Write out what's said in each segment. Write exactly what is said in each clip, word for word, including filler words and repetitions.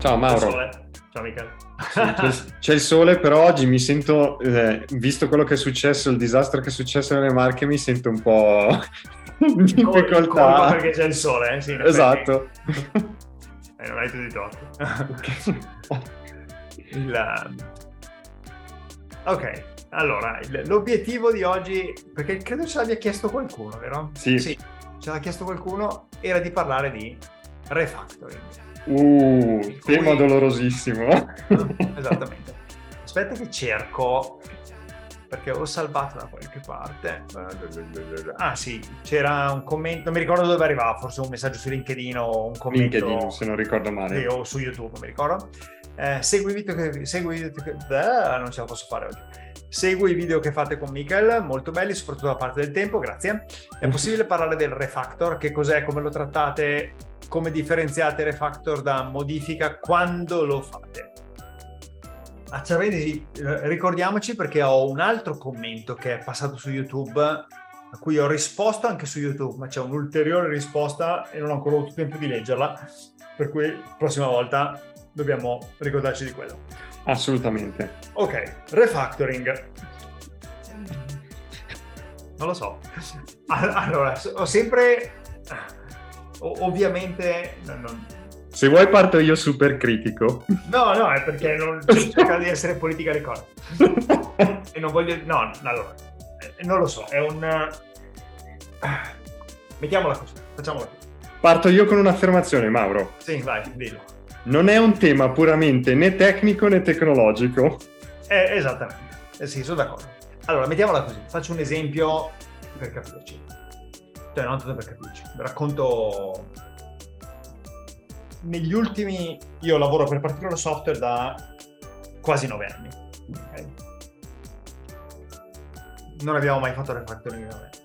Ciao Mauro. C'è il sole. Ciao Michele. Sì, c'è, c'è il sole, però oggi mi sento, eh, visto quello che è successo, il disastro che è successo nelle Marche, mi sento un po' in difficoltà. Colpa perché c'è il sole, eh? Sì, esatto. Eh, non hai tu di torto. il... Ok, allora, l'obiettivo di oggi, perché credo ce l'abbia chiesto qualcuno, vero? Sì. Sì, ce l'ha chiesto qualcuno, era di parlare di refactoring. Uh, tema cui... dolorosissimo. Esattamente. Aspetta che cerco, perché ho salvato da qualche parte. Ah sì, c'era un commento, non mi ricordo dove arrivava, forse un messaggio su LinkedIn o un commento. LinkedIn, se non ricordo male. O su YouTube, non mi ricordo. Eh, segui i video che... Segui i video che eh, non ce la posso fare oggi. Segui i video che fate con Michael, molto belli, soprattutto da parte del tempo, grazie. È possibile parlare del refactor? Che cos'è, come lo trattate, come differenziate refactor da modifica, quando lo fate? A Ciavesi, ricordiamoci, perché ho un altro commento che è passato su YouTube, a cui ho risposto anche su YouTube, ma c'è un'ulteriore risposta e non ho ancora avuto tempo di leggerla, per cui la prossima volta dobbiamo ricordarci di quello. Assolutamente. Ok, refactoring. Non lo so. Allora, ho sempre... Ovviamente... Non... Se vuoi parto io super critico. No, no, è perché non cerco di essere politically correct. E non voglio... No, allora, non lo so, è un... Mettiamola così, facciamola così. Parto io con un'affermazione, Mauro. Sì, vai, dillo. Non è un tema puramente né tecnico né tecnologico. Eh, esattamente, eh, sì, sono d'accordo. Allora, mettiamola così, faccio un esempio per capirci. Cioè, non tanto per capirci, vi racconto... Negli ultimi... Io lavoro per Particular Software da quasi nove anni. Okay? Non abbiamo mai fatto refactoring in nove anni.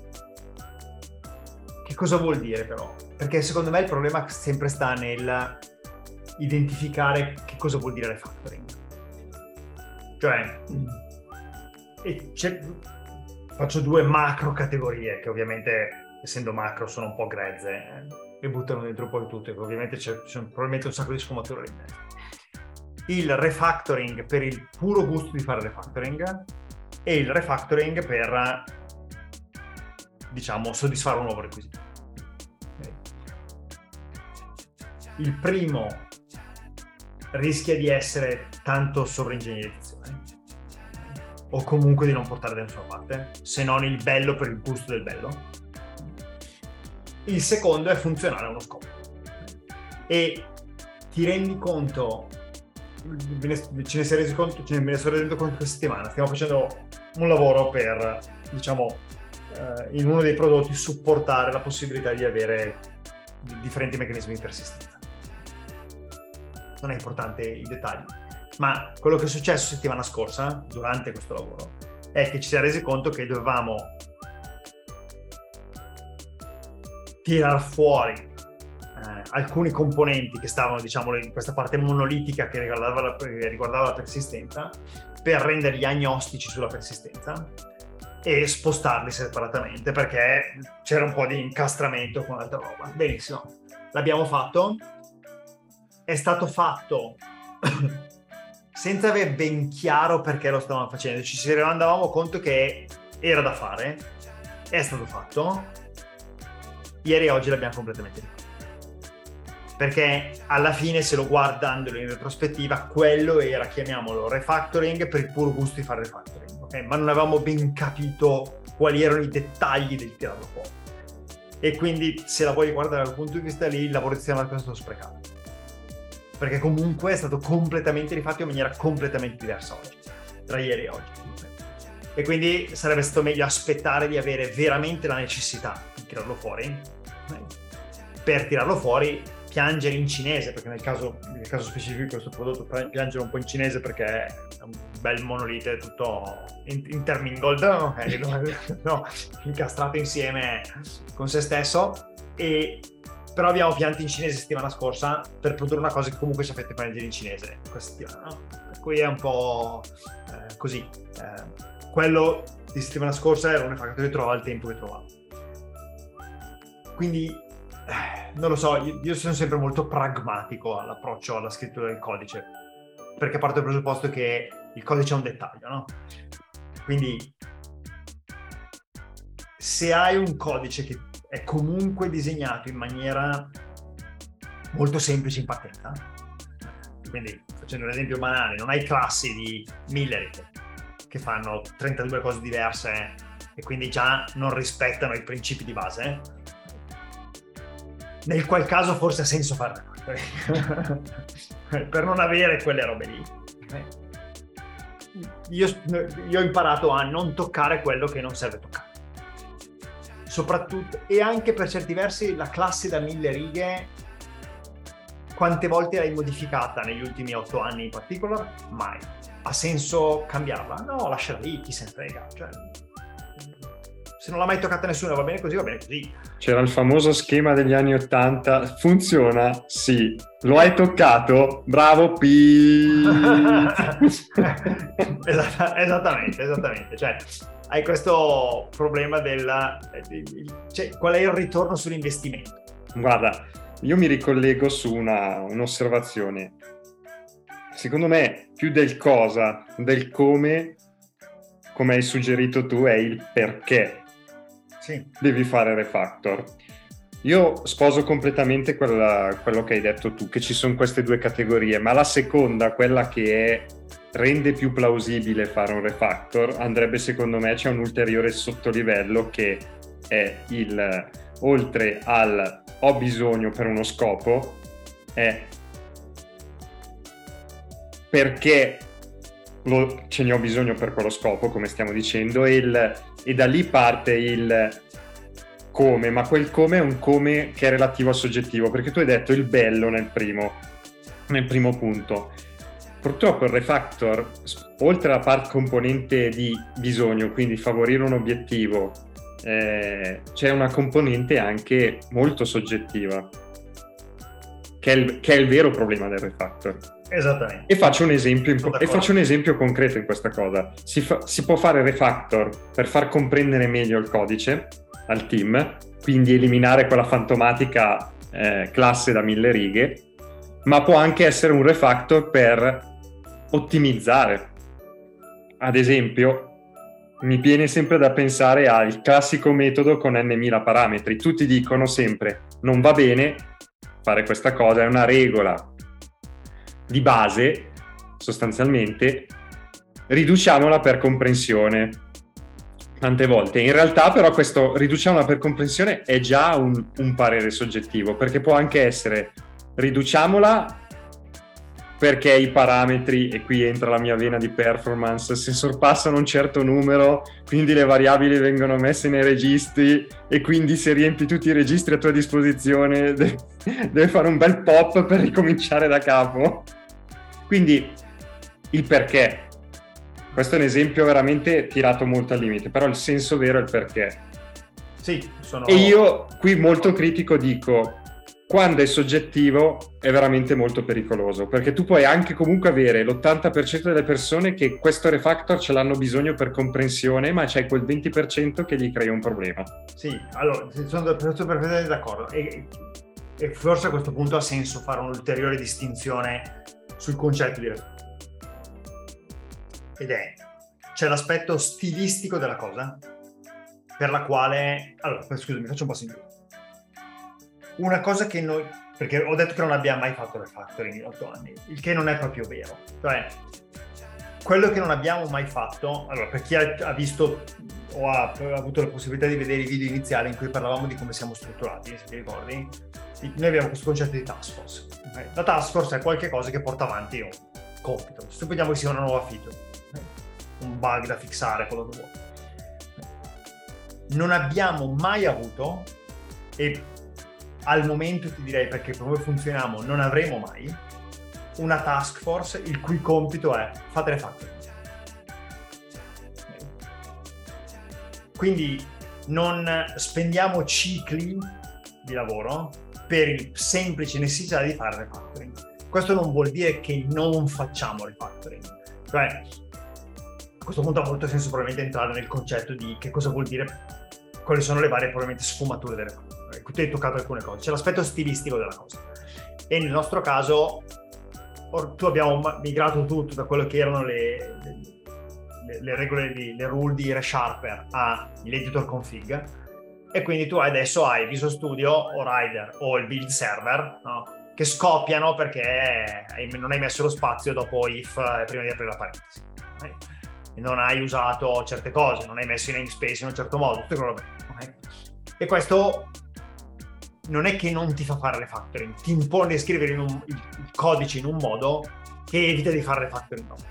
Che cosa vuol dire però? Perché secondo me il problema sempre sta nel identificare che cosa vuol dire refactoring. Cioè, e faccio due macro categorie che ovviamente, essendo macro, sono un po' grezze eh, e buttano dentro un po' di tutto, e ovviamente c'è, c'è probabilmente un sacco di sfumature in mezzo. Il refactoring per il puro gusto di fare refactoring e il refactoring per, diciamo, soddisfare un nuovo requisito. Il primo rischia di essere tanto sovraingegnerizzazione o comunque di non portare da nessuna parte, se non il bello per il gusto del bello. Il secondo è funzionale a uno scopo e ti rendi conto, ce ne sei resi conto, ce ne sono reso conto questa settimana, stiamo facendo un lavoro per, diciamo, in uno dei prodotti supportare la possibilità di avere differenti meccanismi di persistenza. Non è importante i dettagli, ma quello che è successo settimana scorsa durante questo lavoro è che ci siamo resi conto che dovevamo tirar fuori eh, alcuni componenti che stavano, diciamo, in questa parte monolitica che riguardava la, che riguardava la persistenza, per renderli agnostici sulla persistenza e spostarli separatamente, perché c'era un po' di incastramento con altra roba. Benissimo, l'abbiamo fatto. È stato fatto senza aver ben chiaro perché lo stavamo facendo. Ci rendavamo conto che era da fare, è stato fatto. Ieri e oggi l'abbiamo completamente rifatto. Perché alla fine, se lo guardandolo in retrospettiva, quello era, chiamiamolo, refactoring per il puro gusto di fare refactoring. Okay? Ma non avevamo ben capito quali erano i dettagli del tirarlo fuori. E quindi, se la vuoi guardare dal punto di vista lì, il lavoro di sistema è stato sprecato. Perché comunque è stato completamente rifatto in maniera completamente diversa oggi, tra ieri e oggi. E quindi sarebbe stato meglio aspettare di avere veramente la necessità di tirarlo fuori, per tirarlo fuori, piangere in cinese, perché nel caso, nel caso specifico di questo prodotto piangere un po' in cinese perché è un bel monolite tutto intermingled, okay? No, incastrato insieme con se stesso, e però abbiamo pianto in cinese settimana scorsa per produrre una cosa che comunque ci ha fatto piangere in cinese questa settimana, no? Per cui è un po' eh, così. Eh, quello di settimana scorsa era un refactoring che trovava il tempo che trovava. Quindi non lo so, io, io sono sempre molto pragmatico all'approccio alla scrittura del codice, perché parto dal presupposto che il codice è un dettaglio, no? Quindi se hai un codice che è comunque disegnato in maniera molto semplice in partenza, quindi facendo un esempio banale, non hai classi di mille righe che fanno trentadue cose diverse e quindi già non rispettano i principi di base, nel qual caso forse ha senso farne per non avere quelle robe lì. Io, io ho imparato a non toccare quello che non serve toccare, soprattutto, e anche per certi versi la classe da mille righe quante volte l'hai modificata negli ultimi otto anni in particolare? Mai. Ha senso cambiarla? No, lasciala lì, chi se ne frega, cioè, se non l'ha mai toccata nessuno va bene così, va bene così. C'era il famoso schema degli anni ottanta, funziona? Sì. Lo hai toccato? Bravo, pi. Esatt- esattamente, esattamente. Cioè, hai questo problema della... Cioè, qual è il ritorno sull'investimento? Guarda, io mi ricollego su una, un'osservazione. Secondo me, più del cosa, del come, come hai suggerito tu, è il perché sì. devi fare refactor. Io sposo completamente quella, quello che hai detto tu, che ci sono queste due categorie, ma la seconda, quella che è, rende più plausibile fare un refactor, andrebbe secondo me, c'è un ulteriore sottolivello che è il, oltre al ho bisogno per uno scopo, è perché lo, ce ne ho bisogno per quello scopo, come stiamo dicendo, e, il, e da lì parte il come, ma quel come è un come che è relativo al soggettivo, perché tu hai detto il bello nel primo, nel primo punto. Purtroppo il refactor, oltre alla parte componente di bisogno, quindi favorire un obiettivo, eh, c'è una componente anche molto soggettiva, che è il, che è il vero problema del refactor. Esattamente. E faccio un esempio, in, e faccio un esempio concreto in questa cosa. Si, fa, si può fare refactor per far comprendere meglio il codice al team, quindi eliminare quella fantomatica eh, classe da mille righe, ma può anche essere un refactor per ottimizzare. Ad esempio, mi viene sempre da pensare al classico metodo con n mila parametri. Tutti dicono sempre non va bene fare questa cosa, è una regola di base, sostanzialmente, riduciamola per comprensione tante volte. In realtà però questo riduciamola per comprensione è già un, un parere soggettivo, perché può anche essere riduciamola perché i parametri, e qui entra la mia vena di performance, se sorpassano un certo numero, quindi le variabili vengono messe nei registri e quindi se riempi tutti i registri a tua disposizione de- deve fare un bel pop per ricominciare da capo. Quindi il perché. Questo è un esempio veramente tirato molto al limite, però il senso vero è il perché. Sì, sono... E io qui molto critico dico, quando è soggettivo è veramente molto pericoloso, perché tu puoi anche comunque avere l'ottanta per cento delle persone che questo refactor ce l'hanno bisogno per comprensione, ma c'è quel venti per cento che gli crea un problema. Sì, allora, sono perfettamente d'accordo. E, e forse a questo punto ha senso fare un'ulteriore distinzione sul concetto di refactor. Ed è, c'è l'aspetto stilistico della cosa, per la quale... Allora, scusami, faccio un po' semplice. Una cosa che noi... Perché ho detto che non abbiamo mai fatto refactoring in otto anni, il che non è proprio vero. Cioè, quello che non abbiamo mai fatto... Allora, per chi ha, ha visto o ha, ha avuto la possibilità di vedere i video iniziali in cui parlavamo di come siamo strutturati, se ti ricordi, noi abbiamo questo concetto di task force. Okay? La task force è qualche cosa che porta avanti un compito. Supponiamo che sia una nuova feature, un bug da fissare, quello che vuoi. Non abbiamo mai avuto, e al momento ti direi, perché come funzioniamo non avremo mai, una task force il cui compito è fate le fatte. Quindi non spendiamo cicli di lavoro per il semplice necessità di fare refactoring. Questo non vuol dire che non facciamo refactoring. Cioè, a questo punto ha molto senso probabilmente entrare nel concetto di che cosa vuol dire, quali sono le varie probabilmente sfumature del refactoring. tu hai toccato alcune cose, c'è l'aspetto stilistico della cosa. E nel nostro caso or, tu abbiamo migrato tutto da quello che erano le, le, le regole, di, le rule di ReSharper all'editor config, e quindi tu adesso hai Visual Studio o Rider o il build server, no? Che scoppiano perché non hai messo lo spazio dopo if prima di aprire la parentesi, okay? E non hai usato certe cose, non hai messo i namespace in un certo modo, tutte quelle robe, okay? E questo non è che non ti fa fare refactoring, ti impone di scrivere in un, il, il codice in un modo che evita di fare refactoring. No.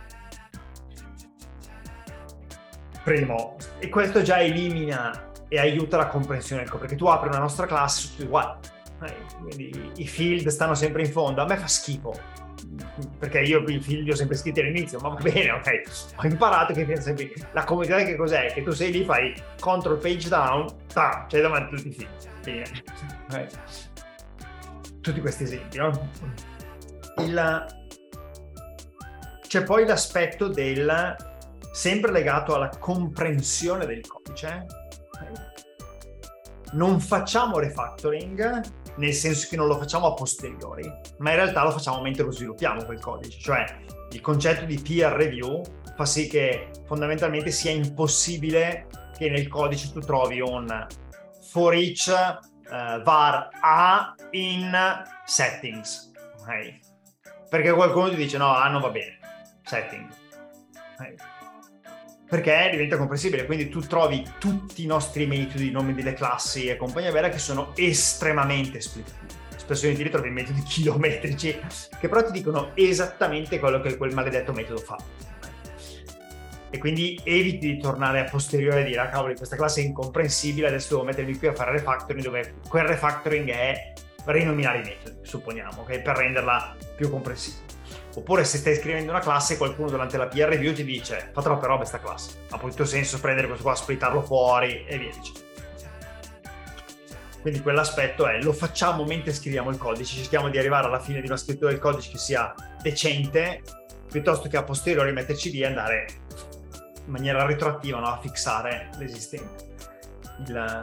Primo, e questo già elimina e aiuta la comprensione del codice, perché tu apri una nostra classe tutto uguale, eh, quindi i field stanno sempre in fondo. A me fa schifo, perché io i field li ho sempre scritti all'inizio, ma va bene, ok, ho imparato che sempre la comodità che cos'è, che tu sei lì, fai control page down, ta, c'hai davanti tutti i field. Okay. Tutti questi esempi, no? Il... c'è poi l'aspetto del sempre legato alla comprensione del codice. Okay. Non facciamo refactoring nel senso che non lo facciamo a posteriori, ma in realtà lo facciamo mentre lo sviluppiamo quel codice. Cioè il concetto di peer review fa sì che fondamentalmente sia impossibile che nel codice tu trovi un for each uh, var a in settings, okay? Perché qualcuno ti dice no, A non va bene, setting, okay? Perché diventa comprensibile, quindi tu trovi tutti i nostri metodi, i nomi delle classi e compagnia bella che sono estremamente esplicativi. Spesso in ti trovi metodi chilometrici che però ti dicono esattamente quello che quel maledetto metodo fa. E quindi eviti di tornare a posteriore e dire ah cavolo, questa classe è incomprensibile, adesso devo mettermi qui a fare refactoring, dove quel refactoring è rinominare i metodi, supponiamo, okay? Per renderla più comprensibile. Oppure se stai scrivendo una classe, qualcuno durante la peer review ti dice fa troppe robe sta classe, ha poi tutto senso prendere questo qua, splittarlo fuori e via dicendo. Quindi quell'aspetto è lo facciamo mentre scriviamo il codice, cerchiamo di arrivare alla fine di una scrittura del codice che sia decente, piuttosto che a posteriori metterci lì e andare in maniera retroattiva, no, a fixare l'esistente. Il,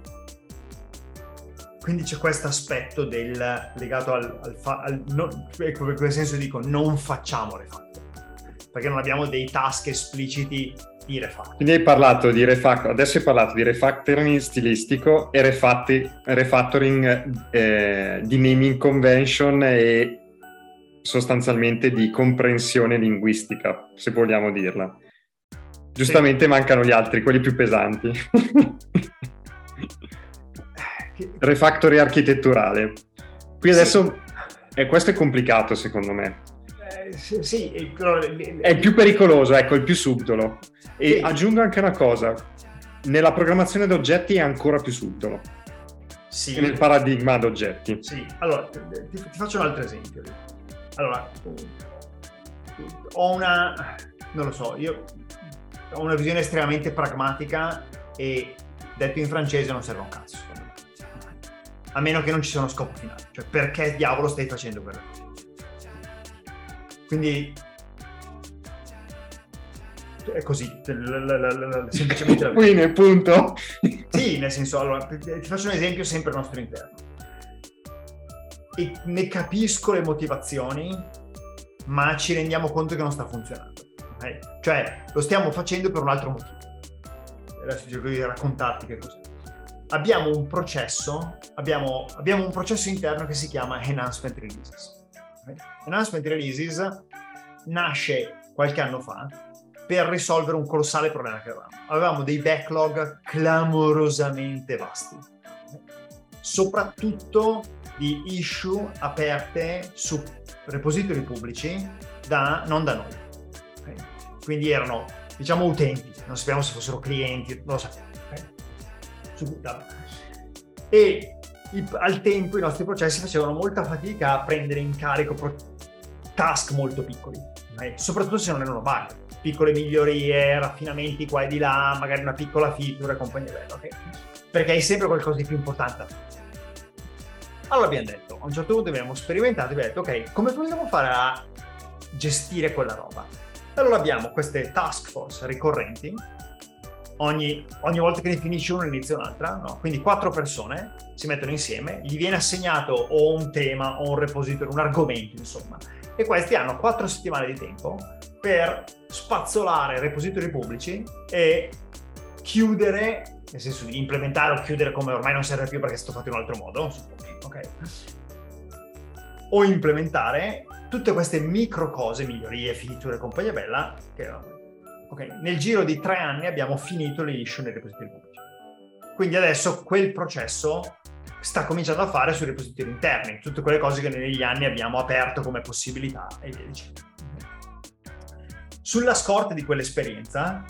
quindi c'è questo aspetto del legato al, al, fa, al no, ecco, per quel senso dico non facciamo refactoring, perché non abbiamo dei task espliciti di refactoring. Quindi hai parlato di refactoring, adesso hai parlato di refactoring stilistico e refatti, refactoring eh, di naming convention e sostanzialmente di comprensione linguistica, se vogliamo dirla. Giustamente sì. Mancano gli altri, quelli più pesanti. Refactory architetturale. Qui adesso sì. eh, questo è complicato secondo me. Eh, sì, sì, però... È il più pericoloso, ecco, il più subdolo. E sì. Aggiungo anche una cosa, nella programmazione ad oggetti è ancora più subdolo. Sì. Nel paradigma ad oggetti. Sì, allora ti, ti faccio un altro esempio. Allora, ho una, non lo so, io ho una visione estremamente pragmatica e detto in francese non serve un cazzo, secondo me. A meno che non ci sia uno scopo finale, cioè perché diavolo stai facendo quella cosa. Quindi è così, semplicemente la qui nel punto. Sì, nel senso, allora ti faccio un esempio sempre al nostro interno e ne capisco le motivazioni, ma ci rendiamo conto che non sta funzionando, okay? Cioè lo stiamo facendo per un altro motivo. Adesso cerco di raccontarti che cos'è. Abbiamo un processo, abbiamo, abbiamo un processo interno che si chiama Enhancement Releases. Okay? Enhancement Releases nasce qualche anno fa per risolvere un colossale problema che avevamo. Avevamo dei backlog clamorosamente vasti, okay? Soprattutto di issue aperte su repository pubblici da, non da noi. Okay? Quindi erano, diciamo, utenti, non sappiamo se fossero clienti, non lo sappiamo. Okay? E il, al tempo i nostri processi facevano molta fatica a prendere in carico pro- task molto piccoli, okay? Soprattutto se non erano vari, piccole migliorie, raffinamenti qua e di là, magari una piccola feature e compagnia bella, okay? Perché hai sempre qualcosa di più importante. Allora abbiamo detto, a un certo punto abbiamo sperimentato e abbiamo detto ok, come possiamo fare a gestire quella roba? Allora abbiamo queste task force ricorrenti ogni, ogni volta che ne finisce una inizia un'altra, no? Quindi quattro persone si mettono insieme, gli viene assegnato o un tema o un repository, un argomento, insomma, e questi hanno quattro settimane di tempo per spazzolare repository pubblici e chiudere, nel senso di implementare o chiudere come ormai non serve più perché è stato fatto in un altro modo, ok? O implementare tutte queste micro cose, migliorie, feature e compagnia bella, che ok, nel giro di tre anni abbiamo finito le issue nei repository pubblici. Quindi adesso quel processo sta cominciando a fare sui repository interni, tutte quelle cose che negli anni abbiamo aperto come possibilità e via dicendo. Sulla scorta di quell'esperienza,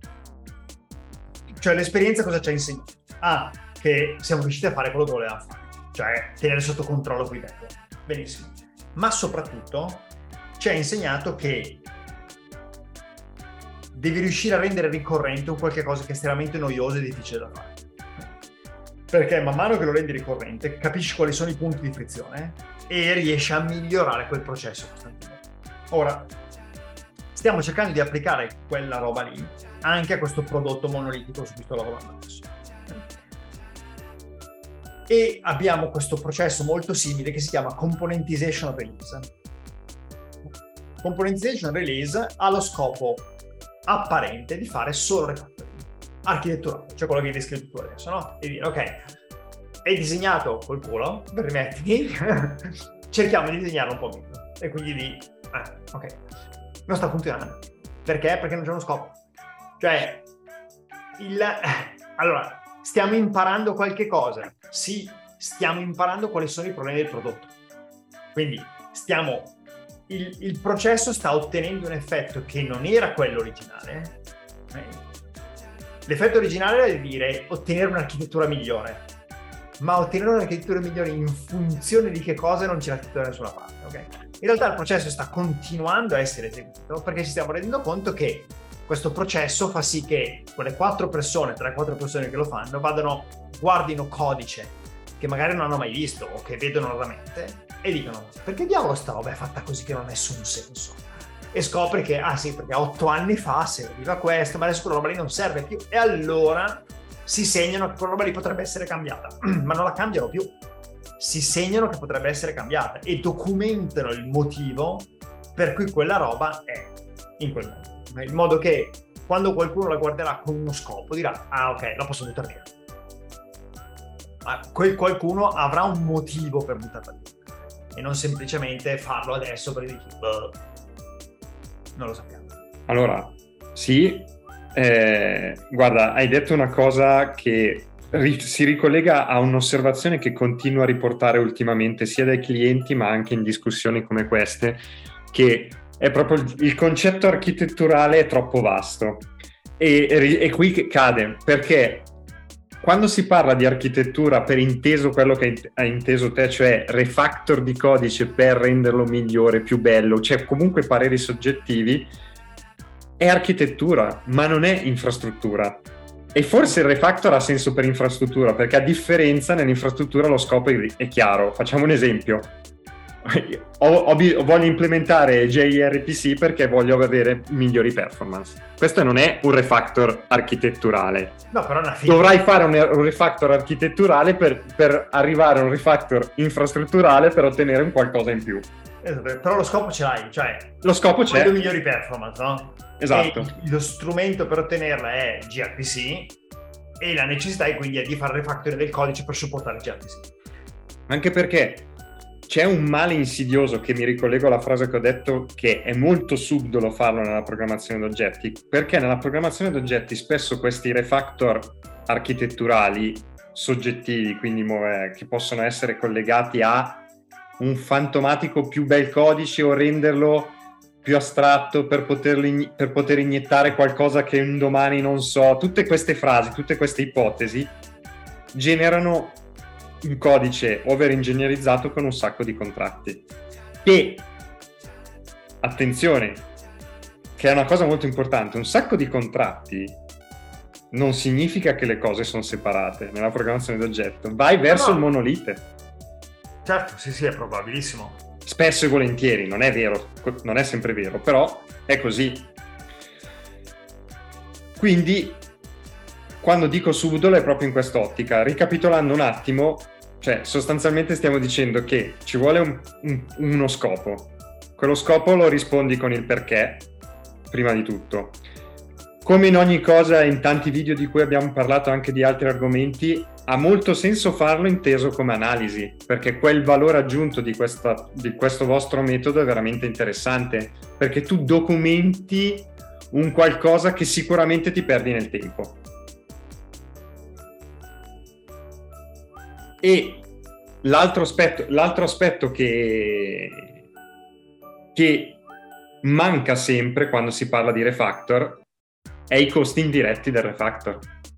cioè l'esperienza cosa ci ha insegnato? Ah, che siamo riusciti a fare quello che volevamo fare, cioè tenere sotto controllo quei tempo. Benissimo. Ma soprattutto ci ha insegnato che devi riuscire a rendere ricorrente un qualche cosa che è estremamente noioso e difficile da fare. Perché man mano che lo rendi ricorrente, capisci quali sono i punti di frizione e riesci a migliorare quel processo costantemente. Ora, stiamo cercando di applicare quella roba lì anche a questo prodotto monolitico su cui sto lavorando adesso. E abbiamo questo processo molto simile che si chiama componentization release. Componentization release ha lo scopo apparente di fare solo refactoring architetturale, cioè quello che hai descritto tu adesso, no? E dire, ok, è disegnato col culo, permettimi, cerchiamo di disegnarlo un po' meglio. E quindi di, ah, ok, non sta funzionando. Perché? Perché non c'è uno scopo. Cioè, il... Allora, stiamo imparando qualche cosa. Sì, stiamo imparando quali sono i problemi del prodotto. Quindi, stiamo... Il, il processo sta ottenendo un effetto che non era quello originale. L'effetto originale era di dire ottenere un'architettura migliore, ma ottenere un'architettura migliore in funzione di che cosa non c'è l'architettura da nessuna parte, ok? In realtà il processo sta continuando a essere eseguito perché ci stiamo rendendo conto che questo processo fa sì che quelle quattro persone, tra le quattro persone che lo fanno, vadano, guardino codice che magari non hanno mai visto o che vedono raramente e dicono perché diavolo sta roba è fatta così che non ha nessun senso, e scopri che ah sì perché otto anni fa serviva questo ma adesso quella roba lì non serve più, e allora si segnano che quella roba lì potrebbe essere cambiata ma non la cambiano più, si segnano che potrebbe essere cambiata e documentano il motivo per cui quella roba è in quel modo, in modo che quando qualcuno la guarderà con uno scopo dirà ah ok la posso buttare via, ma quel qualcuno avrà un motivo per buttarla via e non semplicemente farlo adesso per dire non lo sappiamo. Allora, sì, eh, guarda, hai detto una cosa che ri- si ricollega a un'osservazione che continuo a riportare ultimamente sia dai clienti ma anche in discussioni come queste, che è proprio il, il concetto architetturale è troppo vasto e, e, e qui cade, perché quando si parla di architettura per inteso quello che hai inteso te, cioè refactor di codice per renderlo migliore, più bello, cioè comunque pareri soggettivi, è architettura, ma non è infrastruttura. E forse il refactor ha senso per infrastruttura, perché a differenza nell'infrastruttura lo scopo è chiaro. Facciamo un esempio. Ho, ho, voglio implementare J R P C perché voglio avere migliori performance. Questo non è un refactor architetturale. No, però una fine. Dovrai fare un, un refactor architetturale per, per arrivare a un refactor infrastrutturale per ottenere un qualcosa in più. Esatto, però lo scopo ce l'hai, cioè lo scopo c'è. Voglio migliori performance, no? Esatto. E lo strumento per ottenerla è G R P C e la necessità è quindi di fare refactoring del codice per supportare il G R P C. Anche perché c'è un male insidioso, che mi ricollego alla frase che ho detto, che è molto subdolo farlo nella programmazione d'oggetti, perché nella programmazione d'oggetti spesso questi refactor architetturali soggettivi, quindi eh, che possono essere collegati a un fantomatico più bel codice o renderlo più astratto per, poterli, per poter iniettare qualcosa che un domani non so, tutte queste frasi, tutte queste ipotesi generano un codice over-ingegnerizzato con un sacco di contratti. E attenzione, che è una cosa molto importante, un sacco di contratti non significa che le cose sono separate nella programmazione d'oggetto, vai verso no, no. il monolite. Certo, sì sì, è probabilissimo. Spesso e volentieri, non è vero, non è sempre vero, però è così. Quindi quando dico subdolo è proprio in quest'ottica. Ricapitolando un attimo, cioè sostanzialmente stiamo dicendo che ci vuole un, un, uno scopo. Quello scopo lo rispondi con il perché, prima di tutto. Come in ogni cosa, in tanti video di cui abbiamo parlato anche di altri argomenti, ha molto senso farlo inteso come analisi, perché quel valore aggiunto di, questa, di questo vostro metodo è veramente interessante, perché tu documenti un qualcosa che sicuramente ti perdi nel tempo. E l'altro aspetto, l'altro aspetto che, che manca sempre quando si parla di refactor è i costi indiretti del refactor.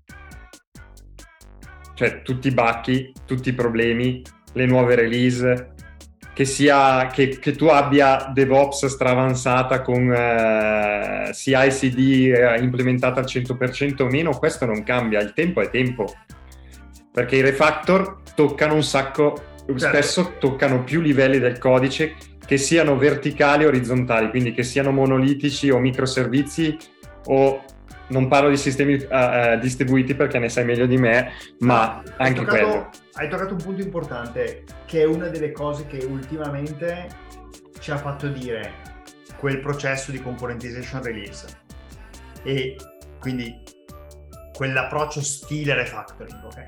Cioè tutti i bacchi, tutti i problemi, le nuove release, che sia che, che tu abbia DevOps straavanzata con eh, C I C D eh, implementata al cento per cento o meno, questo non cambia, il tempo è tempo. Perché i refactor toccano un sacco, certo. Spesso toccano più livelli del codice, che siano verticali o orizzontali, quindi che siano monolitici o microservizi o... Non parlo di sistemi uh, uh, distribuiti perché ne sai meglio di me, ma no, anche toccato, quello. Hai toccato un punto importante, che è una delle cose che ultimamente ci ha fatto dire quel processo di componentization release e quindi quell'approccio stile refactoring, ok?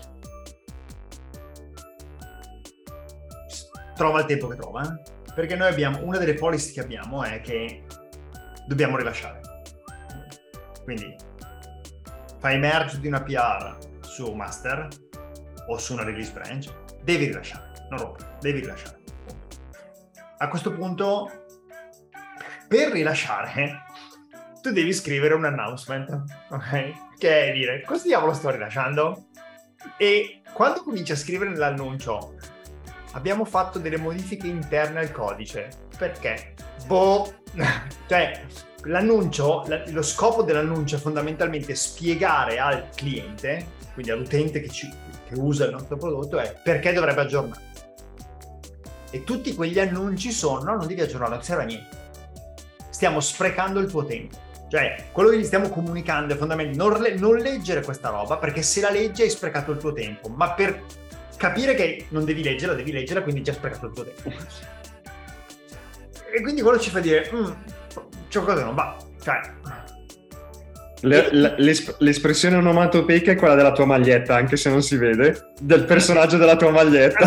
Trova il tempo che trova, eh? Perché noi abbiamo, una delle policy che abbiamo è che dobbiamo rilasciare. Quindi fai merge di una P R su master o su una release branch, devi rilasciare, non rompere, devi rilasciare. A questo punto, per rilasciare, tu devi scrivere un announcement, ok? Che è dire, cosa diavolo sto rilasciando? E quando cominci a scrivere nell'annuncio, abbiamo fatto delle modifiche interne al codice, perché? Boh! Cioè... L'annuncio, lo scopo dell'annuncio è fondamentalmente spiegare al cliente, quindi all'utente che, ci, che usa il nostro prodotto, è perché dovrebbe aggiornare. E tutti quegli annunci sono, no, non devi aggiornare, non serve a niente. Stiamo sprecando il tuo tempo. Cioè, quello che gli stiamo comunicando è fondamentalmente non, non leggere questa roba, perché se la leggi hai sprecato il tuo tempo, ma per capire che non devi leggerla, devi leggerla, quindi già hai sprecato il tuo tempo. E quindi quello ci fa dire... Mm, c'è qualcosa che non va, cioè... Le, le, l'esp- l'espressione onomatopeica è quella della tua maglietta, anche se non si vede, del personaggio della tua maglietta.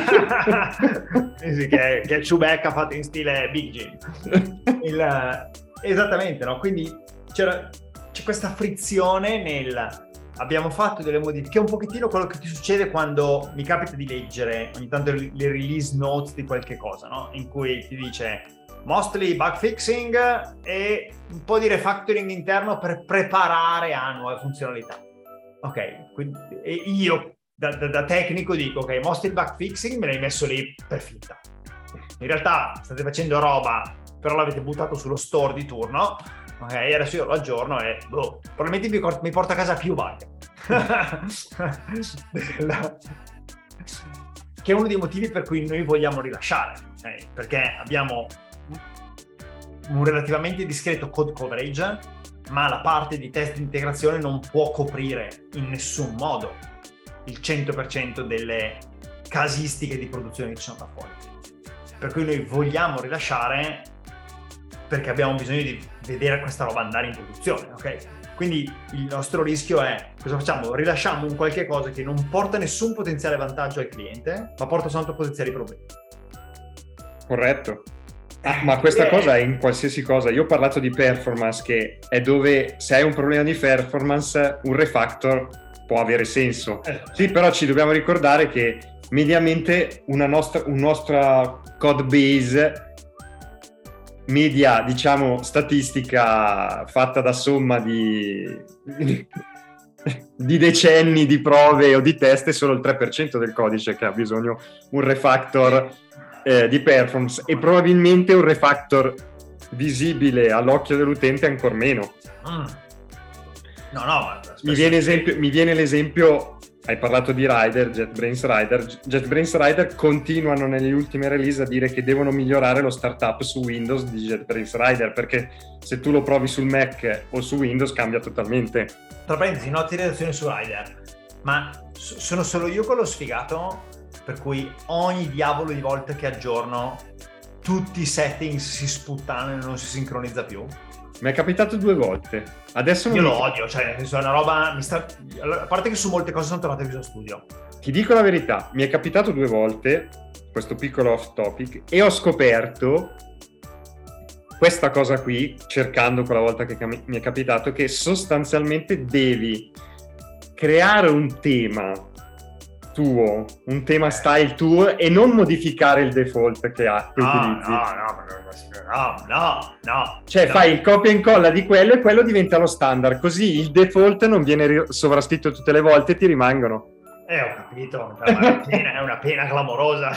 Sì, che, è, che è Chewbacca fatto in stile Big Jim. Il, esattamente, no? Quindi c'era, c'è questa frizione nel... Abbiamo fatto delle modifiche, che è un pochettino quello che ti succede quando mi capita di leggere ogni tanto le release notes di qualche cosa, no? In cui ti dice... mostly bug fixing e un po' di refactoring interno per preparare a nuove funzionalità. Ok, quindi e io da, da, da tecnico dico ok, mostly bug fixing me l'hai messo lì per finta. In realtà state facendo roba, però l'avete buttato sullo store di turno. Ok, adesso io lo aggiorno e boh, probabilmente mi, mi porta a casa più bug. Che è uno dei motivi per cui noi vogliamo rilasciare, okay? Perché abbiamo un relativamente discreto code coverage, ma la parte di test di integrazione non può coprire in nessun modo il cento per cento delle casistiche di produzione che ci sono da fuori. Per cui noi vogliamo rilasciare perché abbiamo bisogno di vedere questa roba andare in produzione, ok? Quindi il nostro rischio è, cosa facciamo? Rilasciamo un qualche cosa che non porta nessun potenziale vantaggio al cliente, ma porta soltanto potenziali problemi. Corretto. Ah, ma questa cosa è in qualsiasi cosa. Io ho parlato di performance, che è dove se hai un problema di performance un refactor può avere senso. Sì, però ci dobbiamo ricordare che mediamente una nostra, un nostra code base media, diciamo, statistica fatta da somma di, di decenni di prove o di test è solo il tre per cento del codice che ha bisogno un refactor eh, di performance, e probabilmente un refactor visibile all'occhio dell'utente ancor meno. Mm. No, no, mi viene, esempio, mi viene l'esempio hai parlato di Rider, JetBrains Rider. JetBrains Rider continuano negli ultimi release a dire che devono migliorare lo startup su Windows di JetBrains Rider, perché se tu lo provi sul Mac o su Windows cambia totalmente. Tra parentesi, note di redazione su Rider, ma sono solo io quello sfigato per cui ogni diavolo di volta che aggiorno tutti i settings si sputtano e non si sincronizza più? Mi è capitato due volte. Adesso non io mi... lo odio, cioè è una roba mi sta... a parte che su molte cose sono tornato a Visual Studio. Ti dico la verità, mi è capitato due volte, questo piccolo off topic, e ho scoperto questa cosa qui, cercando quella volta che mi è capitato, che sostanzialmente devi creare un tema tuo, un tema style tuo, e non modificare il default che, ha, che no, utilizzi. No, no, no, no, no. Cioè no. fai il copia e incolla di quello e quello diventa lo standard, così il default non viene sovrascritto tutte le volte e ti rimangono. Eh, ho capito, è una pena, è una pena clamorosa.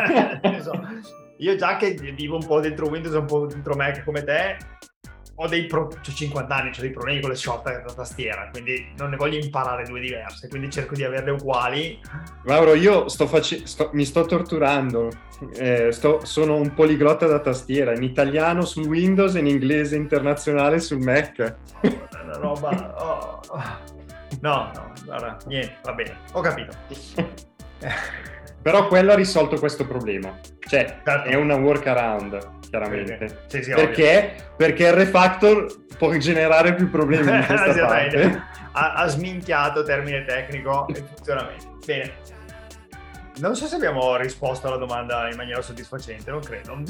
Io già che vivo un po' dentro Windows, un po' dentro Mac come te, ho dei pro... cioè cinquanta anni, ho dei problemi con le shortcut da tastiera, quindi non ne voglio imparare due diverse, quindi cerco di averle uguali. Mauro, io sto face... sto... mi sto torturando, eh, sto... sono un poliglotta da tastiera, in italiano su Windows e in inglese internazionale sul Mac. Una roba... Oh. No, no, guarda, niente, va bene, ho capito. Però quello ha risolto questo problema, cioè certo. È una workaround, chiaramente, sì, sì, perché, perché il refactor può generare più problemi in questa parte. Ha, ha sminchiato termine tecnico e funzionamento. Bene, non so se abbiamo risposto alla domanda in maniera soddisfacente, non credo.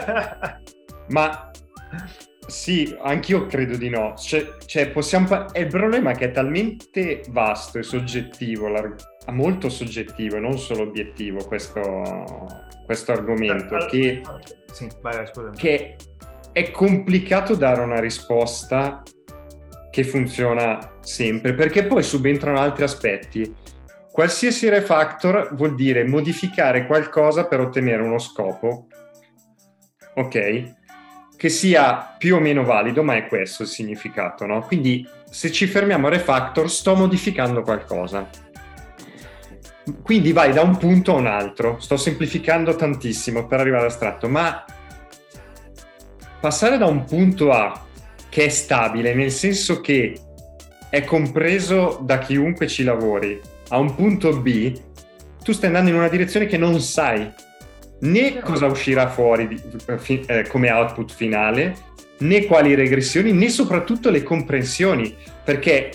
Ma sì, anch'io credo di no. Cioè, cioè possiamo pa- il problema è che è talmente vasto e soggettivo, molto soggettivo e non solo obiettivo questo, questo argomento, allora, che, sì, vai, scusami. Che è complicato dare una risposta che funziona sempre, perché poi subentrano altri aspetti. Qualsiasi refactor vuol dire modificare qualcosa per ottenere uno scopo, ok? Che sia più o meno valido, ma è questo il significato, no? Quindi se ci fermiamo a refactor, sto modificando qualcosa. Quindi vai da un punto a un altro. Sto semplificando tantissimo per arrivare all'astratto, ma passare da un punto A che è stabile, nel senso che è compreso da chiunque ci lavori, a un punto B, tu stai andando in una direzione che non sai né cosa uscirà fuori di, fi, eh, come output finale, né quali regressioni, né soprattutto le comprensioni, perché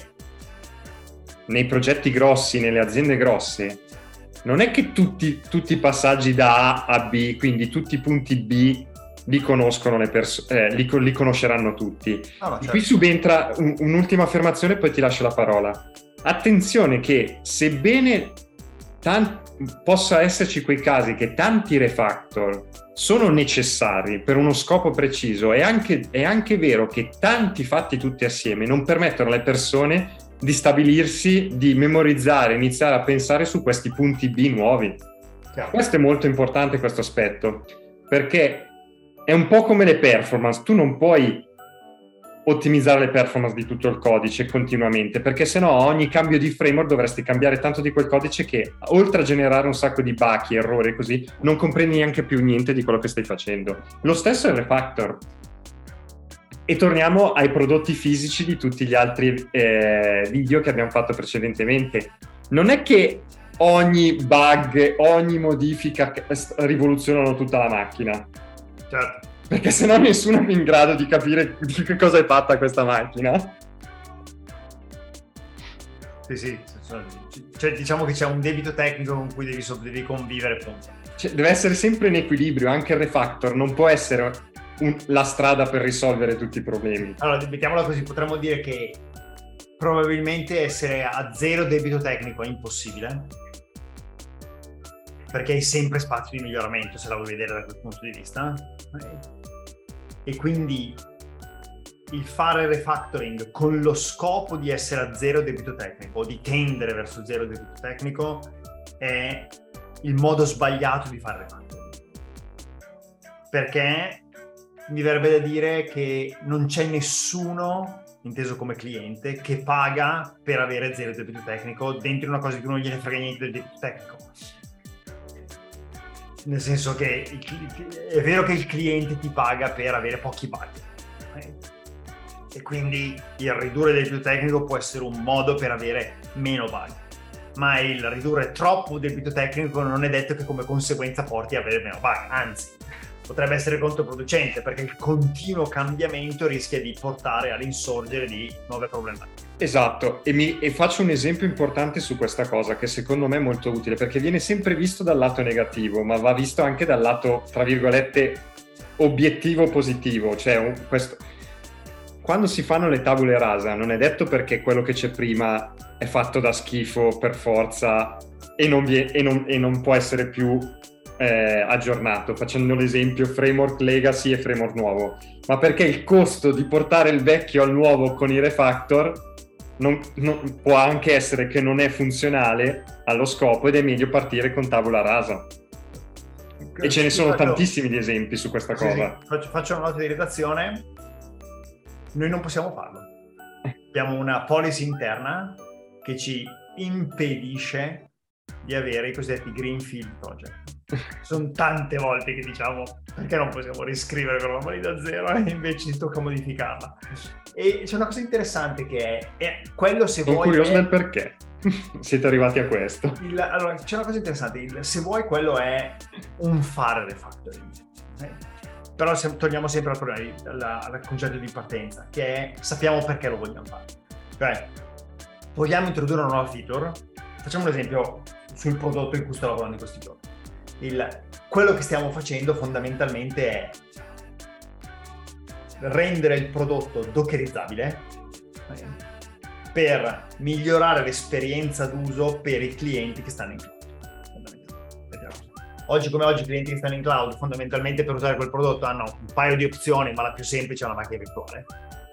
nei progetti grossi, nelle aziende grosse, non è che tutti, tutti i passaggi da A a B, quindi tutti i punti B li conoscono le persone, eh, li, li conosceranno tutti. Ah, certo. Qui subentra un, un'ultima affermazione, poi ti lascio la parola. Attenzione che sebbene tanti possa esserci quei casi che tanti refactor sono necessari per uno scopo preciso, è anche, è anche vero che tanti fatti tutti assieme non permettono alle persone di stabilirsi, di memorizzare, iniziare a pensare su questi punti B nuovi. Chiaro. Questo è molto importante, questo aspetto, perché è un po' come le performance, tu non puoi ottimizzare le performance di tutto il codice continuamente, perché sennò a ogni cambio di framework dovresti cambiare tanto di quel codice che, oltre a generare un sacco di bachi, errori e così, non comprendi neanche più niente di quello che stai facendo. Lo stesso è il refactor. E torniamo ai prodotti fisici di tutti gli altri eh, video che abbiamo fatto precedentemente. Non è che ogni bug, ogni modifica rivoluzionano tutta la macchina. Certo. Perché sennò nessuno è in grado di capire di che cosa è fatta questa macchina. Sì, sì. Cioè, diciamo che c'è un debito tecnico con cui devi, devi convivere, appunto. Cioè, deve essere sempre in equilibrio, anche il refactor non può essere un, la strada per risolvere tutti i problemi. Allora, mettiamola così, potremmo dire che probabilmente essere a zero debito tecnico è impossibile, perché hai sempre spazio di miglioramento, se la vuoi vedere da quel punto di vista. E quindi il fare refactoring con lo scopo di essere a zero debito tecnico o di tendere verso zero debito tecnico è il modo sbagliato di fare refactoring, perché mi verrebbe da dire che non c'è nessuno inteso come cliente, che paga per avere zero debito tecnico dentro una cosa di cui non gliene frega niente del debito tecnico. Nel senso che è vero che il cliente ti paga per avere pochi bug, okay? E quindi il ridurre il debito tecnico può essere un modo per avere meno bug, ma il ridurre troppo debito tecnico non è detto che come conseguenza porti a avere meno bug, anzi potrebbe essere controproducente, perché il continuo cambiamento rischia di portare all'insorgere di nuove problematiche. Esatto, e, mi, e faccio un esempio importante su questa cosa che secondo me è molto utile, perché viene sempre visto dal lato negativo, ma va visto anche dal lato, tra virgolette, obiettivo positivo. Cioè, un, questo, quando si fanno le tabule rasa, non è detto perché quello che c'è prima è fatto da schifo per forza e non, vie, e non, e non può essere più Eh, aggiornato, facendo l'esempio framework legacy e framework nuovo, ma perché il costo di portare il vecchio al nuovo con i refactor non, non, può anche essere che non è funzionale allo scopo ed è meglio partire con tabula rasa. E ce ne sono faccio, tantissimi di esempi su questa sì, cosa. Sì. Faccio, faccio una nota di redazione: noi non possiamo farlo, abbiamo una policy interna che ci impedisce di avere i cosiddetti greenfield project. Sono tante volte che diciamo perché non possiamo riscrivere quella roba lì da zero e invece ci tocca modificarla. E c'è una cosa interessante che è, è quello se Sono vuoi... curioso è... del perché siete arrivati a questo. Il, allora, c'è una cosa interessante, il, se vuoi quello è un fare refactoring. Eh? Però se, torniamo sempre al, problema, al, al concetto di partenza, che è sappiamo perché lo vogliamo fare. Cioè, vogliamo introdurre una nuova feature, facciamo un esempio sul prodotto in cui sto lavorando in questi giorni. Il, quello che stiamo facendo fondamentalmente è rendere il prodotto dockerizzabile per migliorare l'esperienza d'uso per i clienti che stanno in cloud. Oggi come oggi i clienti che stanno in cloud fondamentalmente per usare quel prodotto hanno un paio di opzioni, ma la più semplice è una macchina virtuale.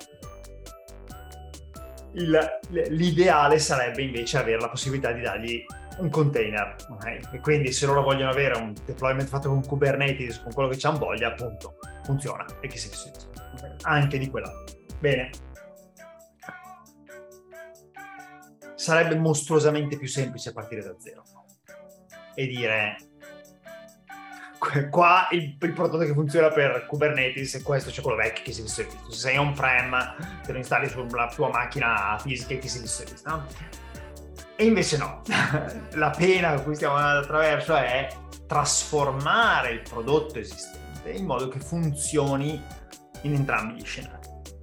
Il, l'ideale sarebbe invece avere la possibilità di dargli un container, okay? E quindi se loro vogliono avere un deployment fatto con Kubernetes, con quello che c'hanno voglia, appunto, funziona e chi si finisce anche di quella. Bene, sarebbe mostruosamente più semplice partire da zero e dire qua il, il prodotto che funziona per Kubernetes e questo c'è quello vecchio che si distribuisce. Se sei on-prem te lo installi sulla tua macchina fisica e che si distribuisce, no? E invece no, la pena a cui stiamo andando attraverso è trasformare il prodotto esistente in modo che funzioni in entrambi gli scenari.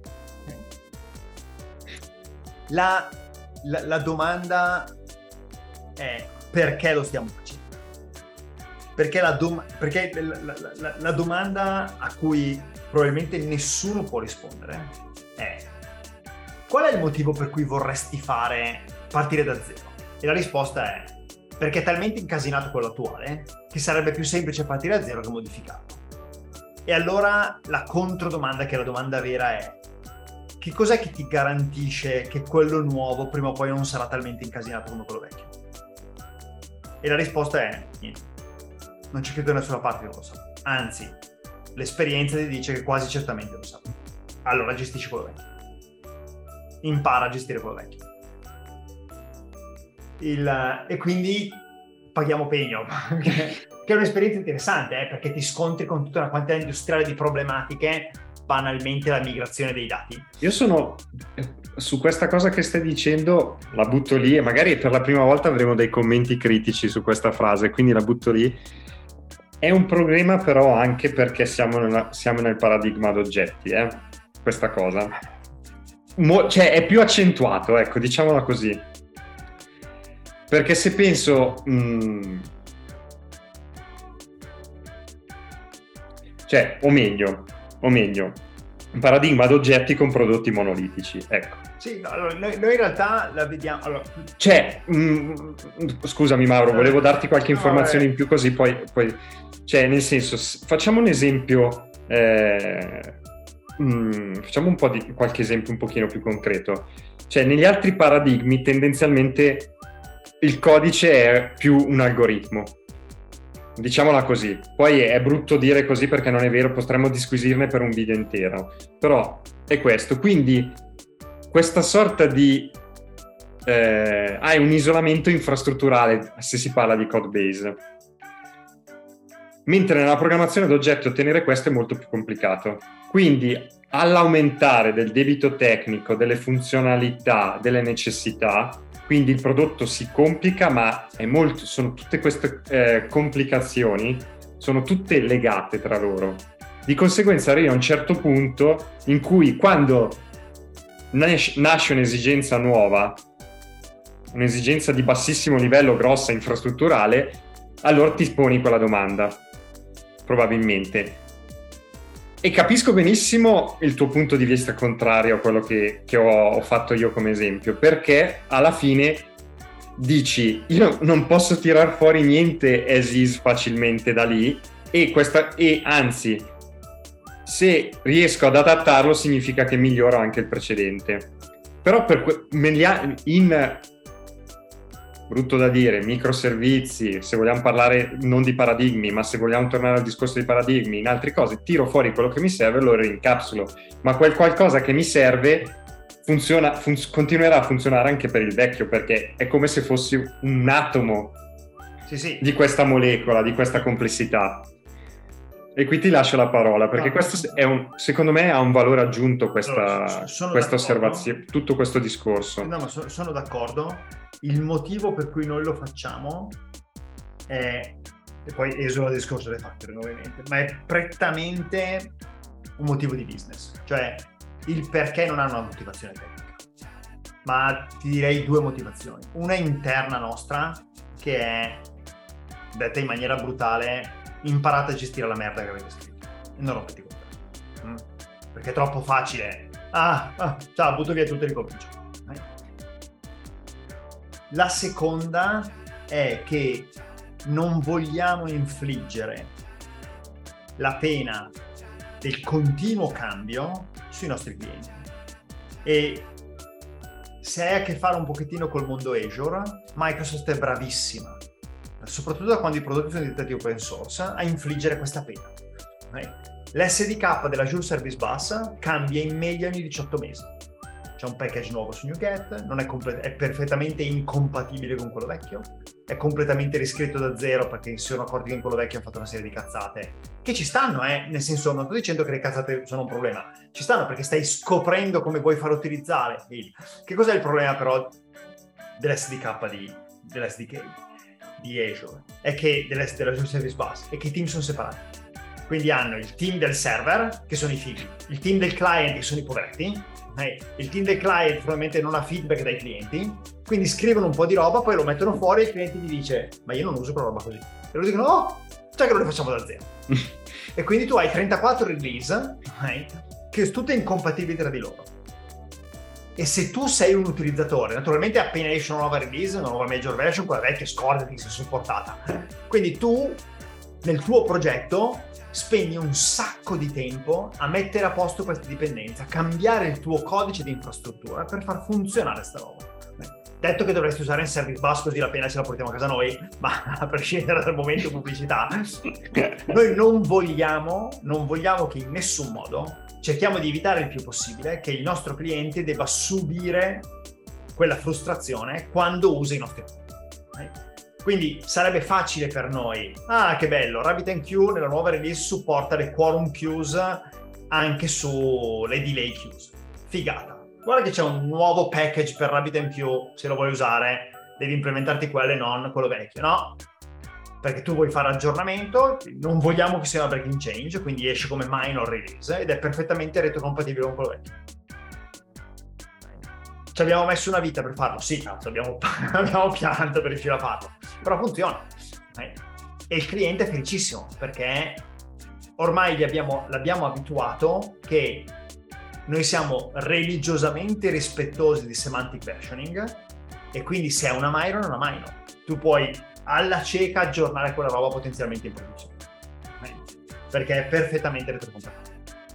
La, la, la domanda è perché lo stiamo facendo? Perché, la, dom- perché la, la, la, la domanda a cui probabilmente nessuno può rispondere è: qual è il motivo per cui vorresti fare partire da zero? E la risposta è perché è talmente incasinato quello attuale che sarebbe più semplice partire da zero che modificarlo. E allora la controdomanda, che è la domanda vera, è: che cos'è che ti garantisce che quello nuovo prima o poi non sarà talmente incasinato come quello vecchio? E la risposta è niente. Non c'è scritto da nessuna parte che lo sa. Anzi, l'esperienza ti dice che quasi certamente lo sa. Allora gestisci quello vecchio. Impara a gestire quello vecchio. Il, e quindi paghiamo pegno, che è un'esperienza interessante, eh, perché ti scontri con tutta una quantità industriale di problematiche, banalmente la migrazione dei dati. Io sono su questa cosa che stai dicendo, la butto lì e magari per la prima volta avremo dei commenti critici su questa frase, quindi la butto lì. È un problema però anche perché siamo, nella, siamo nel paradigma ad oggetti, eh? Questa cosa. Mo, cioè è più accentuato, ecco, diciamola così. Perché se penso... Mh, cioè, o meglio, o meglio, un paradigma ad oggetti con prodotti monolitici, ecco. Sì, no, allora, noi, noi in realtà la vediamo... Allora... Cioè, mh, scusami Mauro, volevo darti qualche informazione no, in più così poi... poi cioè, nel senso, facciamo un esempio... Eh, mh, facciamo un po' di qualche esempio un pochino più concreto. Cioè, negli altri paradigmi tendenzialmente il codice è più un algoritmo. Diciamola così. Poi è brutto dire così perché non è vero, potremmo disquisirne per un video intero. Però è questo. Quindi questa sorta di eh, hai un isolamento infrastrutturale se si parla di code base, mentre nella programmazione d'oggetti ottenere questo è molto più complicato. Quindi all'aumentare del debito tecnico, delle funzionalità, delle necessità, quindi il prodotto si complica, ma è molto, sono tutte queste eh, complicazioni sono tutte legate tra loro. Di conseguenza arriva a un certo punto in cui, quando nasce un'esigenza nuova, un'esigenza di bassissimo livello, grossa, infrastrutturale, allora ti poni quella domanda, probabilmente. E capisco benissimo il tuo punto di vista contrario a quello che, che ho, ho fatto io come esempio, perché alla fine dici io non posso tirar fuori niente as is facilmente da lì, e, questa, e anzi se riesco ad adattarlo significa che miglioro anche il precedente. Però per in brutto da dire, microservizi, se vogliamo parlare non di paradigmi, ma se vogliamo tornare al discorso di paradigmi, in altre cose, tiro fuori quello che mi serve e lo rincapsulo. Ma quel qualcosa che mi serve funziona, fun- continuerà a funzionare anche per il vecchio, perché è come se fossi un atomo sì, sì. di questa molecola, di questa complessità. E qui ti lascio la parola, perché no, questo è un, secondo me ha un valore aggiunto questa, questa osservazione, tutto questo discorso. No, ma so, sono d'accordo. Il motivo per cui noi lo facciamo è, e poi esula il discorso delle factory ovviamente, ma è prettamente un motivo di business, cioè il perché non hanno una motivazione tecnica, ma ti direi due motivazioni. Una interna nostra, che è, detta in maniera brutale, imparate a gestire la merda che avete scritto e non rompete i coglioni, mm? Perché è troppo facile. Ah, ah ciao, butto via tutto e ricomincio. La seconda è che non vogliamo infliggere la pena del continuo cambio sui nostri clienti. E se hai a che fare un pochettino col mondo Azure, Microsoft è bravissima, soprattutto da quando i prodotti sono diventati open source, a infliggere questa pena. L'S D K dell'Azure Service Bus cambia in media ogni diciotto mesi. C'è un package nuovo su NuGet, non è, complet- è perfettamente incompatibile con quello vecchio, è completamente riscritto da zero perché si sono accorti che in quello vecchio hanno fatto una serie di cazzate che ci stanno, eh? Nel senso, non sto dicendo che le cazzate sono un problema, ci stanno perché stai scoprendo come vuoi far utilizzare il... Che cos'è il problema però dell'S D K di, dell'S D K di Azure? È che dell'Azure Service Bus è che i team sono separati. Quindi hanno il team del server, che sono i figli, il team del client, che sono i poveretti, eh, il team del client probabilmente non ha feedback dai clienti, quindi scrivono un po' di roba, poi lo mettono fuori e il cliente gli dice ma io non uso quella roba così. E loro dicono oh, cioè che lo rifacciamo da zero. E quindi tu hai trentaquattro release eh, che sono tutte incompatibili tra di loro. E se tu sei un utilizzatore, naturalmente appena esce una nuova release, una nuova major version, quella vecchia scordati che sia supportata. Quindi tu nel tuo progetto spegni un sacco di tempo a mettere a posto questa dipendenza, a cambiare il tuo codice di infrastruttura per far funzionare sta roba. Detto che dovresti usare il service bus così la pena ce la portiamo a casa noi, ma a prescindere dal momento pubblicità, noi non vogliamo, non vogliamo che in nessun modo, cerchiamo di evitare il più possibile che il nostro cliente debba subire quella frustrazione quando usa i nostri prodotti. Quindi sarebbe facile per noi, ah che bello, RabbitMQ nella nuova release supporta le quorum queues anche sulle delay queues, figata. Guarda che c'è un nuovo package per RabbitMQ, se lo vuoi usare devi implementarti quello e non quello vecchio, no? Perché tu vuoi fare aggiornamento, non vogliamo che sia una breaking change, quindi esce come minor release ed è perfettamente retrocompatibile con quello vecchio. Ci abbiamo messo una vita per farlo, sì, cazzo, abbiamo, abbiamo pianto per riuscire a farlo, però funziona. E il cliente è felicissimo perché ormai gli abbiamo, l'abbiamo abituato che noi siamo religiosamente rispettosi di semantic versioning e quindi se è una minor è una minor. Tu puoi alla cieca aggiornare quella roba potenzialmente in produzione perché è perfettamente retrocompatibile.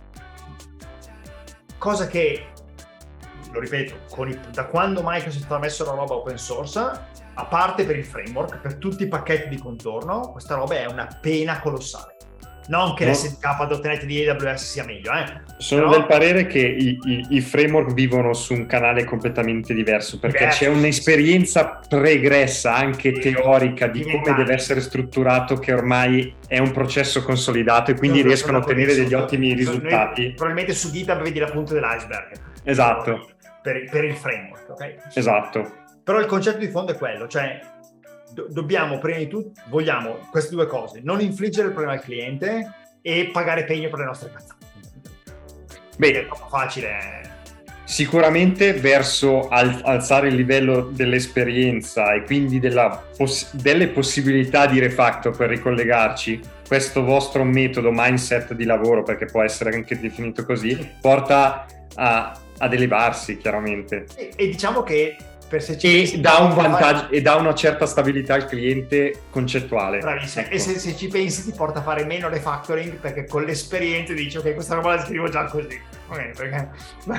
Cosa che, lo ripeto, con i, da quando Microsoft ha messo la roba open source, a parte per il framework, per tutti i pacchetti di contorno, questa roba è una pena colossale. Non che no. l'S D K punto net di A W S sia meglio, eh. Sono Però... del parere che i, i, i framework vivono su un canale completamente diverso, perché diverso. C'è un'esperienza pregressa, anche sì. teorica, di come deve essere strutturato, che ormai è un processo consolidato e quindi no, riescono a ottenere degli ottimi noi, risultati. Noi, probabilmente su GitHub vedi la punta dell'iceberg. Esatto. Per, per il framework, ok? Esatto. Però il concetto di fondo è quello, cioè do- dobbiamo prima di tutto, vogliamo queste due cose, non infliggere il problema al cliente e pagare pegno per le nostre cazzate. Beh, è troppo facile. Sicuramente verso al- alzare il livello dell'esperienza e quindi della poss- delle possibilità di refactor per ricollegarci, questo vostro metodo mindset di lavoro, perché può essere anche definito così, porta a, ad elevarsi chiaramente. E, e diciamo che per se ci e dà un vantaggio fare... e dà una certa stabilità al cliente concettuale. Bravissimo. Ecco. E se, se ci pensi ti porta a fare meno refactoring, perché con l'esperienza dici ok, questa roba la scrivo già così, okay, perché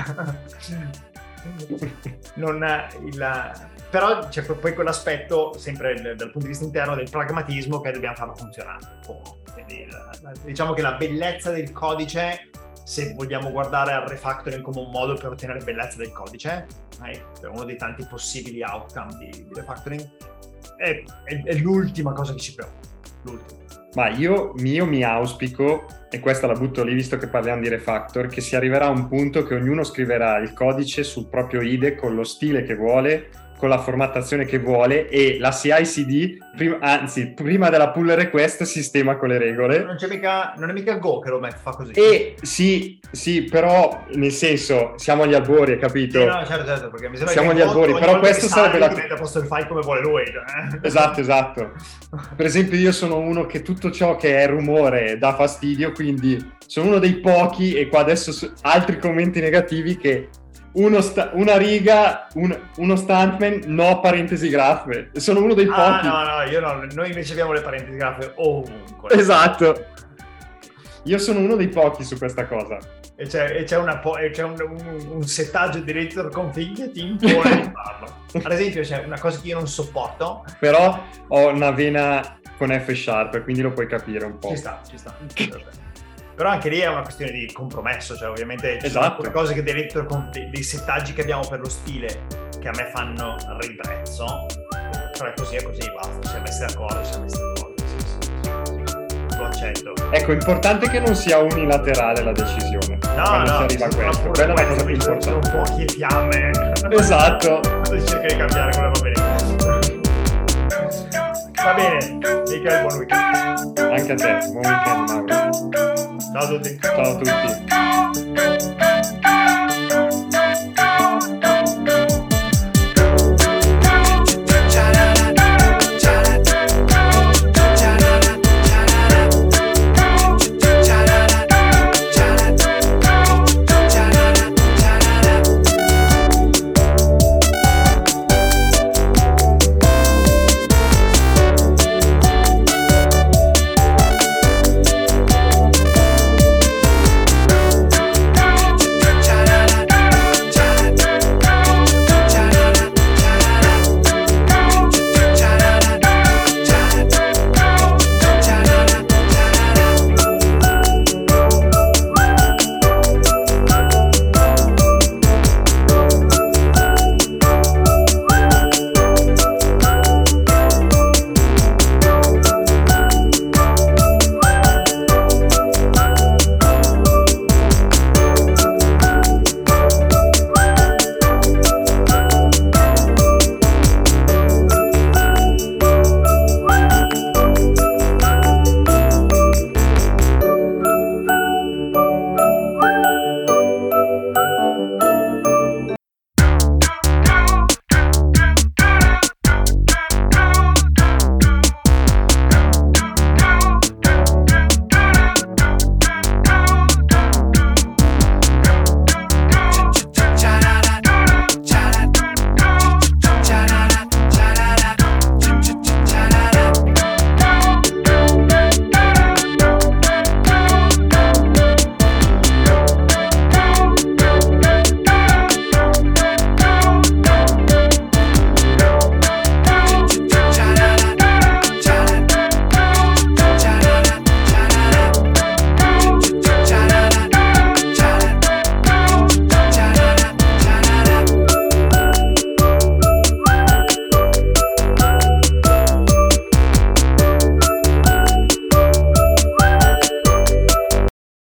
non il... però c'è poi quell'aspetto sempre dal punto di vista interno del pragmatismo, che dobbiamo farlo funzionare. Quindi diciamo che la bellezza del codice, se vogliamo guardare al refactoring come un modo per ottenere bellezza del codice, eh, è uno dei tanti possibili outcome di, di refactoring, è, è, è l'ultima cosa che ci preoccupa. L'ultima. Ma io, io mi auspico, e questa la butto lì visto che parliamo di refactor, che si arriverà a un punto che ognuno scriverà il codice sul proprio I D E con lo stile che vuole, con la formattazione che vuole, e la C I C D, prima, anzi, prima della pull request sistema con le regole. Non c'è mica, non è mica Go che lo met, fa così. E sì, sì, però nel senso, siamo agli albori, hai capito? Sì, no, certo, certo, perché mi sembra siamo che agli albori, però questo sarebbe la... diventa posto il file come vuole lui. Eh? Esatto, esatto. Per esempio io sono uno che tutto ciò che è rumore dà fastidio, quindi sono uno dei pochi, e qua adesso altri commenti negativi, che Uno sta- una riga, un- uno stuntman, no parentesi graffe. Sono uno dei pochi. Ah, no, no, io no. Noi invece abbiamo le parentesi graffe ovunque. Esatto. Io sono uno dei pochi su questa cosa. E c'è, e c'è, una po- e c'è un, un, un settaggio di editor config che ti impone di farlo. Ad esempio, c'è una cosa che io non sopporto. Però ho una vena con F Sharp, quindi lo puoi capire un po'. Ci sta, ci sta. Però anche lì è una questione di compromesso, cioè ovviamente ci esatto. sono cose che dei, dei settaggi che abbiamo per lo stile che a me fanno ribrezzo, però è così, è così, basta, siamo messi d'accordo, siamo messi d'accordo, sì, sì, sì. Lo accetto. Ecco, importante che non sia unilaterale la decisione. No, quando no, si arriva a questo, quella è la cosa più importante. Sono fuochi e fiamme. Esatto. Si cerca di cambiare, quello va bene. Va bene, Michele, buon weekend. Anche a te, buon weekend Mauro. Ciao a tutti. Ciao a tutti.